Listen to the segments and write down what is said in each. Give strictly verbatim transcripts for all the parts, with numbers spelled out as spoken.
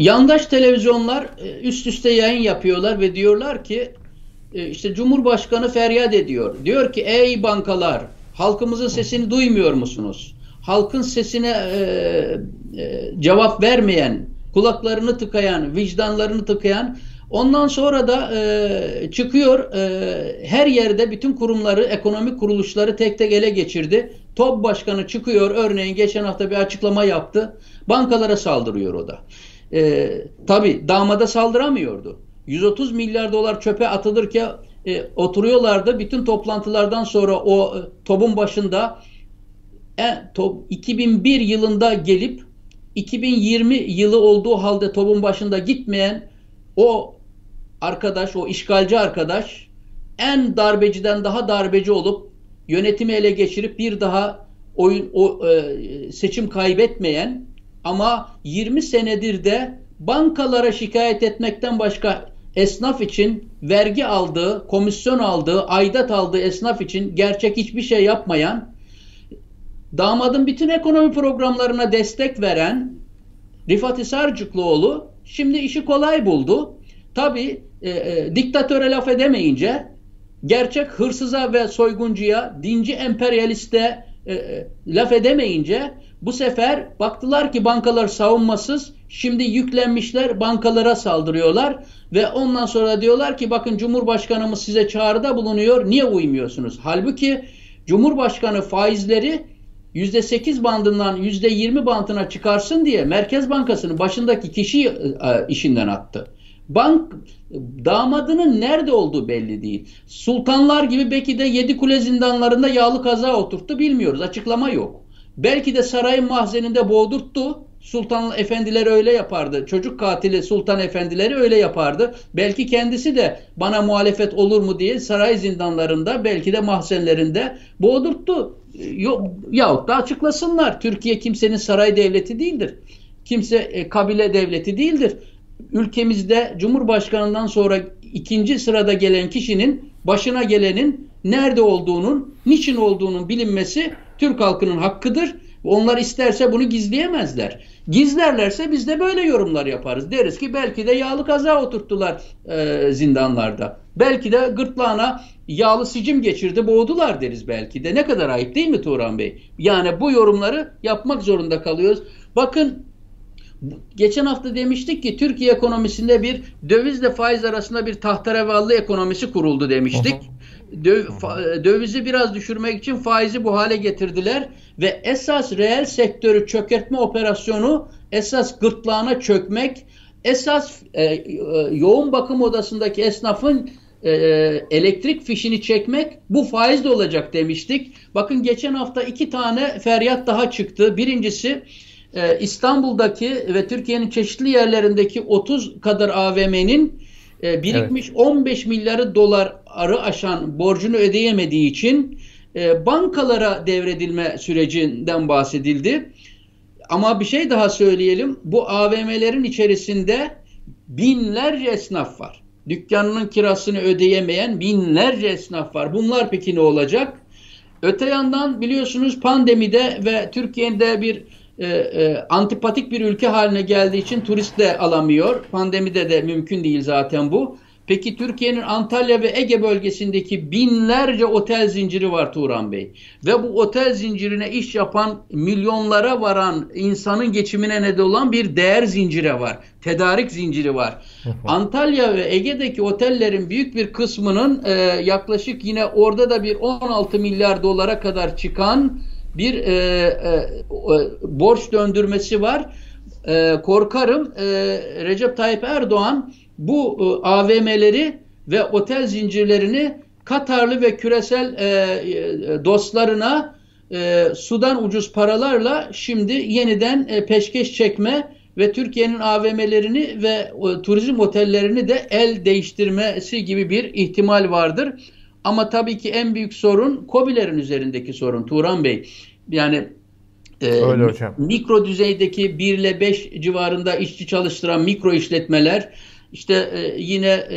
yandaş televizyonlar e, üst üste yayın yapıyorlar ve diyorlar ki e, işte Cumhurbaşkanı feryat ediyor. Diyor ki ey bankalar, halkımızın sesini duymuyor musunuz? Halkın sesine e, e, cevap vermeyen, kulaklarını tıkayan, vicdanlarını tıkayan. Ondan sonra da e, çıkıyor e, her yerde bütün kurumları, ekonomik kuruluşları tek tek ele geçirdi. TOB Başkanı çıkıyor, örneğin geçen hafta bir açıklama yaptı. Bankalara saldırıyor o da. E, tabii damada saldıramıyordu. yüz otuz milyar dolar çöpe atılırken e, oturuyorlardı. Bütün toplantılardan sonra o e, TOB'un başında e, TOB iki bin bir yılında gelip iki bin yirmi yılı olduğu halde TOB'un başında gitmeyen o arkadaş, o işgalci arkadaş en darbeciden daha darbeci olup yönetimi ele geçirip bir daha oyun o, e, seçim kaybetmeyen ama yirmi senedir de bankalara şikayet etmekten başka esnaf için vergi aldığı, komisyon aldığı, aidat aldığı esnaf için gerçek hiçbir şey yapmayan, damadın bütün ekonomi programlarına destek veren Rifat Hisarcıklıoğlu şimdi işi kolay buldu. Tabii e, e, diktatöre laf edemeyince, gerçek hırsıza ve soyguncuya, dinci emperyaliste e, e, laf edemeyince bu sefer baktılar ki bankalar savunmasız, şimdi yüklenmişler bankalara saldırıyorlar ve ondan sonra diyorlar ki bakın Cumhurbaşkanımız size çağrıda bulunuyor, niye uymuyorsunuz? Halbuki Cumhurbaşkanı faizleri yüzde sekiz bandından yüzde yirmi bandına çıkarsın diye Merkez Bankası'nın başındaki kişiyi e, işinden attı. Bank damadının nerede olduğu belli değil. Sultanlar gibi belki de Yedikule zindanlarında yağlı kaza oturttu, bilmiyoruz. Açıklama yok. Belki de sarayın mahzeninde boğdurttu. Sultan efendileri öyle yapardı. Çocuk katili sultan efendileri öyle yapardı. Belki kendisi de bana muhalefet olur mu diye saray zindanlarında, belki de mahzenlerinde boğdurttu. Yok, yahut da açıklasınlar. Türkiye kimsenin saray devleti değildir. Kimse e, kabile devleti değildir. Ülkemizde Cumhurbaşkanından sonra ikinci sırada gelen kişinin, başına gelenin nerede olduğunun, niçin olduğunun bilinmesi Türk halkının hakkıdır. Onlar isterse bunu gizleyemezler. Gizlerlerse biz de böyle yorumlar yaparız. Deriz ki belki de yağlı kaza oturttular e, zindanlarda. Belki de gırtlağına yağlı sicim geçirdi, boğdular deriz belki de. Ne kadar ayıp değil mi Turan Bey? Yani bu yorumları yapmak zorunda kalıyoruz. Bakın, geçen hafta demiştik ki Türkiye ekonomisinde bir dövizle faiz arasında bir tahterevalli ekonomisi kuruldu demiştik. Döv, dövizi biraz düşürmek için faizi bu hale getirdiler ve esas reel sektörü çökertme operasyonu, esas gırtlağına çökmek, esas e, e, yoğun bakım odasındaki esnafın e, elektrik fişini çekmek bu faizle olacak demiştik. Bakın geçen hafta iki tane feryat daha çıktı. Birincisi e, İstanbul'daki ve Türkiye'nin çeşitli yerlerindeki otuz kadar A V M'nin e, birikmiş evet. on beş milyarı doları aşan borcunu ödeyemediği için e, bankalara devredilme sürecinden bahsedildi. Ama bir şey daha söyleyelim. Bu A V M'lerin içerisinde binlerce esnaf var. Dükkanının kirasını ödeyemeyen binlerce esnaf var. Bunlar peki ne olacak? Öte yandan biliyorsunuz pandemide ve Türkiye'de bir e, e, antipatik bir ülke haline geldiği için turist de alamıyor. Pandemide de mümkün değil zaten bu. Peki Türkiye'nin Antalya ve Ege bölgesindeki binlerce otel zinciri var Turan Bey. Ve bu otel zincirine iş yapan, milyonlara varan, insanın geçimine neden olan bir değer zinciri var. Tedarik zinciri var. Antalya ve Ege'deki otellerin büyük bir kısmının e, yaklaşık yine orada da bir on altı milyar dolara kadar çıkan bir e, e, borç döndürmesi var. E, korkarım e, Recep Tayyip Erdoğan bu e, A V M'leri ve otel zincirlerini Katarlı ve küresel e, e, dostlarına e, sudan ucuz paralarla şimdi yeniden e, peşkeş çekme ve Türkiye'nin A V M'lerini ve e, turizm otellerini de el değiştirmesi gibi bir ihtimal vardır. Ama tabii ki en büyük sorun KOBİ'lerin üzerindeki sorun Turan Bey. Yani Öyle hocam. Mikro düzeydeki bir ile beş civarında işçi çalıştıran mikro işletmeler, işte e, yine e,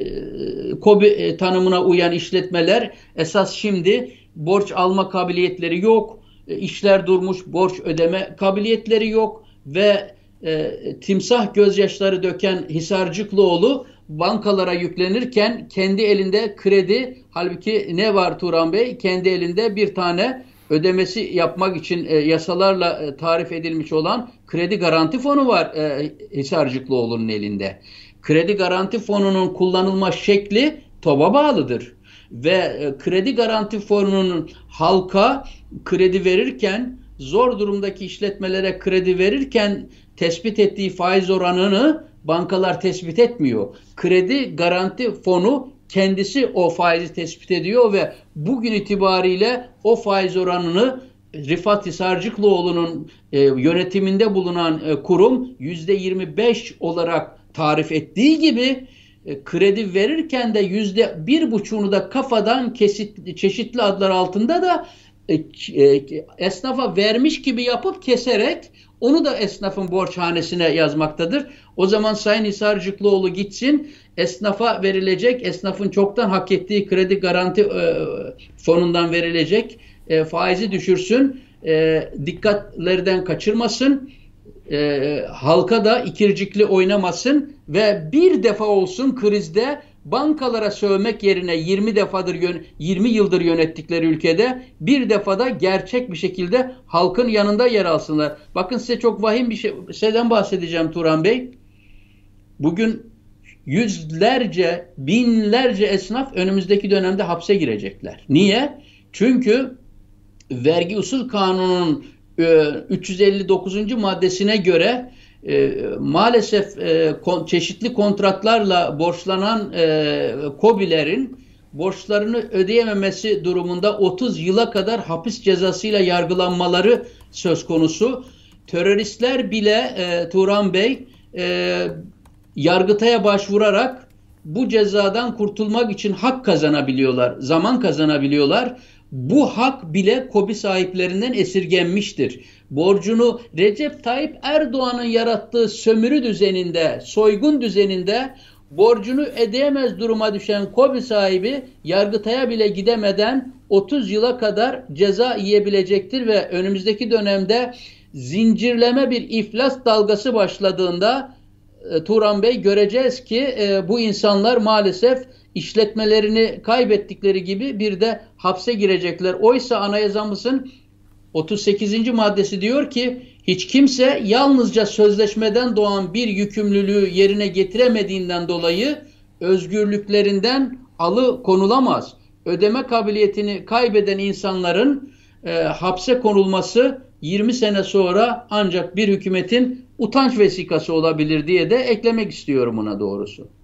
KOBİ e, tanımına uyan işletmeler esas şimdi borç alma kabiliyetleri yok, e, işler durmuş, borç ödeme kabiliyetleri yok ve e, timsah gözyaşları döken Hisarcıklıoğlu bankalara yüklenirken kendi elinde kredi, halbuki ne var Turan Bey? Kendi elinde bir tane ödemesi yapmak için e, yasalarla e, tarif edilmiş olan kredi garanti fonu var e, Hisarcıklıoğlu'nun elinde. Kredi garanti fonunun kullanılma şekli TOB'a bağlıdır. Ve e, kredi garanti fonunun halka kredi verirken, zor durumdaki işletmelere kredi verirken tespit ettiği faiz oranını bankalar tespit etmiyor. Kredi garanti fonu kendisi o faizi tespit ediyor ve bugün itibariyle o faiz oranını Rifat Hisarcıklıoğlu'nun e, yönetiminde bulunan e, kurum yüzde yirmi beş olarak tarif ettiği gibi e, kredi verirken de yüzde bir buçuğunu da kafadan kesit, çeşitli adlar altında da e, e, esnafa vermiş gibi yapıp keserek onu da esnafın borçhanesine yazmaktadır. O zaman Sayın Hisarcıklıoğlu gitsin, esnafa verilecek, esnafın çoktan hak ettiği kredi garanti e, fonundan verilecek e, faizi düşürsün, e, dikkatlerden kaçırmasın, e, halka da ikircikli oynamasın ve bir defa olsun krizde bankalara sövmek yerine yirmi defadır yirmi yıldır yönettikleri ülkede bir defada gerçek bir şekilde halkın yanında yer alsınlar. Bakın size çok vahim bir şey, şeyden bahsedeceğim Turan Bey. Bugün yüzlerce, binlerce esnaf önümüzdeki dönemde hapse girecekler. Niye? Çünkü vergi usul kanununun üç yüz elli dokuzuncu maddesine göre e, maalesef e, kon, çeşitli kontratlarla borçlanan e, KOBİ'lerin borçlarını ödeyememesi durumunda otuz yıla kadar hapis cezasıyla yargılanmaları söz konusu. Teröristler bile e, Turan Bey e, Yargıtay'a başvurarak bu cezadan kurtulmak için hak kazanabiliyorlar, zaman kazanabiliyorlar. Bu hak bile KOBİ sahiplerinden esirgenmiştir. Borcunu Recep Tayyip Erdoğan'ın yarattığı sömürü düzeninde, soygun düzeninde borcunu ödeyemez duruma düşen KOBİ sahibi Yargıtay'a bile gidemeden otuz yıla kadar ceza yiyebilecektir ve önümüzdeki dönemde zincirleme bir iflas dalgası başladığında e, Turan Bey göreceğiz ki e, bu insanlar maalesef işletmelerini kaybettikleri gibi bir de hapse girecekler. Oysa anayasamızın otuz sekizinci maddesi diyor ki hiç kimse yalnızca sözleşmeden doğan bir yükümlülüğü yerine getiremediğinden dolayı özgürlüklerinden alıkonulamaz. Ödeme kabiliyetini kaybeden insanların e, hapse konulması yirmi sene sonra ancak bir hükümetin utanç vesikası olabilir diye de eklemek istiyorum buna doğrusu.